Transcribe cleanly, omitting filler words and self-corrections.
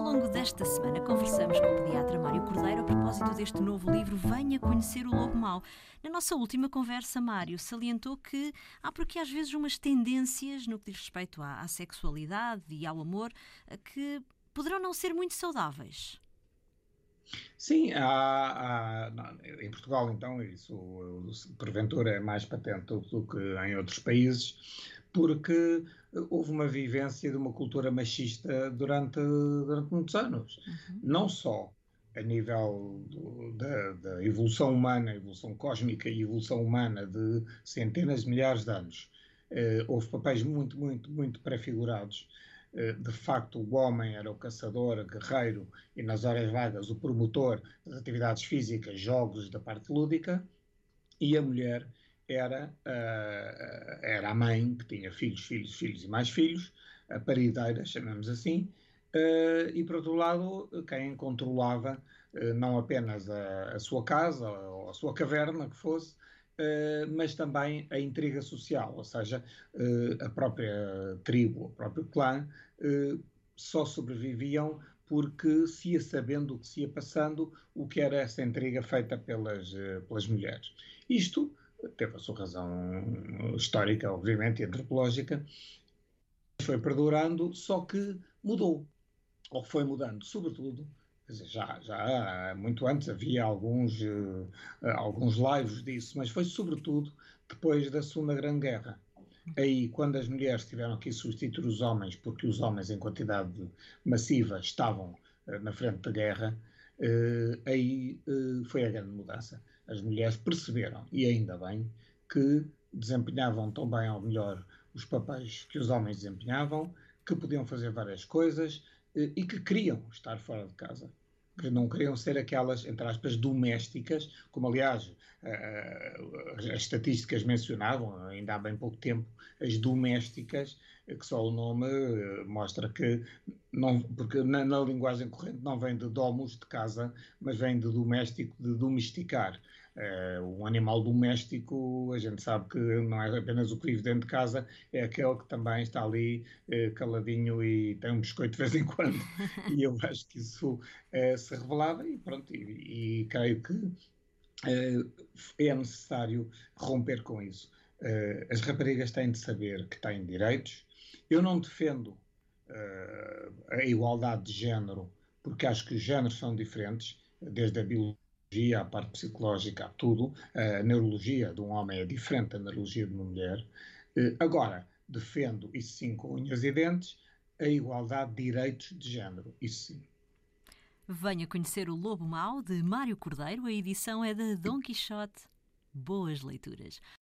longo desta semana conversamos com o pediatra Mário Cordeiro a propósito deste novo livro Venha Conhecer o Lobo Mau. Na nossa última conversa, Mário salientou que há por aqui às vezes umas tendências no que diz respeito à sexualidade e ao amor que poderão não ser muito saudáveis. Sim, em Portugal, então, isso porventura é mais patente do que em outros países, porque houve uma vivência de uma cultura machista durante muitos anos. Não só a nível da evolução humana, evolução cósmica e evolução humana de centenas de milhares de anos. Houve papéis muito, muito, muito prefigurados. De facto, o homem era o caçador, guerreiro e, nas horas vagas, o promotor das atividades físicas, jogos, da parte lúdica, e a mulher era a mãe, que tinha filhos, filhos, filhos e mais filhos, a parideira, chamamos assim, e, por outro lado, quem controlava não apenas a sua casa ou a sua caverna, que fosse, mas também a intriga social, ou seja, a própria tribo, o próprio clã, só sobreviviam porque se ia sabendo o que se ia passando, o que era essa intriga feita pelas mulheres. Isto teve a sua razão histórica, obviamente, e antropológica, foi perdurando, só que mudou, ou foi mudando, sobretudo. Quer dizer, já muito antes havia alguns lives disso, mas foi sobretudo depois da Segunda Grande Guerra. Aí, quando as mulheres tiveram que substituir os homens, porque os homens, em quantidade massiva, estavam na frente da guerra, aí foi a grande mudança. As mulheres perceberam, e ainda bem, que desempenhavam tão bem ou melhor os papéis que os homens desempenhavam, que podiam fazer várias coisas e que queriam estar fora de casa, que não queriam ser aquelas, entre aspas, domésticas, como aliás as estatísticas mencionavam, ainda há bem pouco tempo, as domésticas, que só o nome mostra que, não, porque na linguagem corrente não vem de domus, de casa, mas vem de doméstico, de domesticar. Um animal doméstico, a gente sabe que não é apenas o que vive dentro de casa, é aquele que também está ali caladinho e tem um biscoito de vez em quando. E eu acho que isso se revelava e pronto, e creio que é necessário romper com isso. As raparigas têm de saber que têm direitos. Eu não defendo a igualdade de género, porque acho que os géneros são diferentes, desde a biologia, à parte psicológica, a tudo. A neurologia de um homem é diferente da neurologia de uma mulher. Agora, defendo, isso sim, com unhas e dentes, a igualdade de direitos de género, isso sim. Venha conhecer o Lobo Mau, de Mário Cordeiro. A edição é da Dom Quixote. Boas leituras.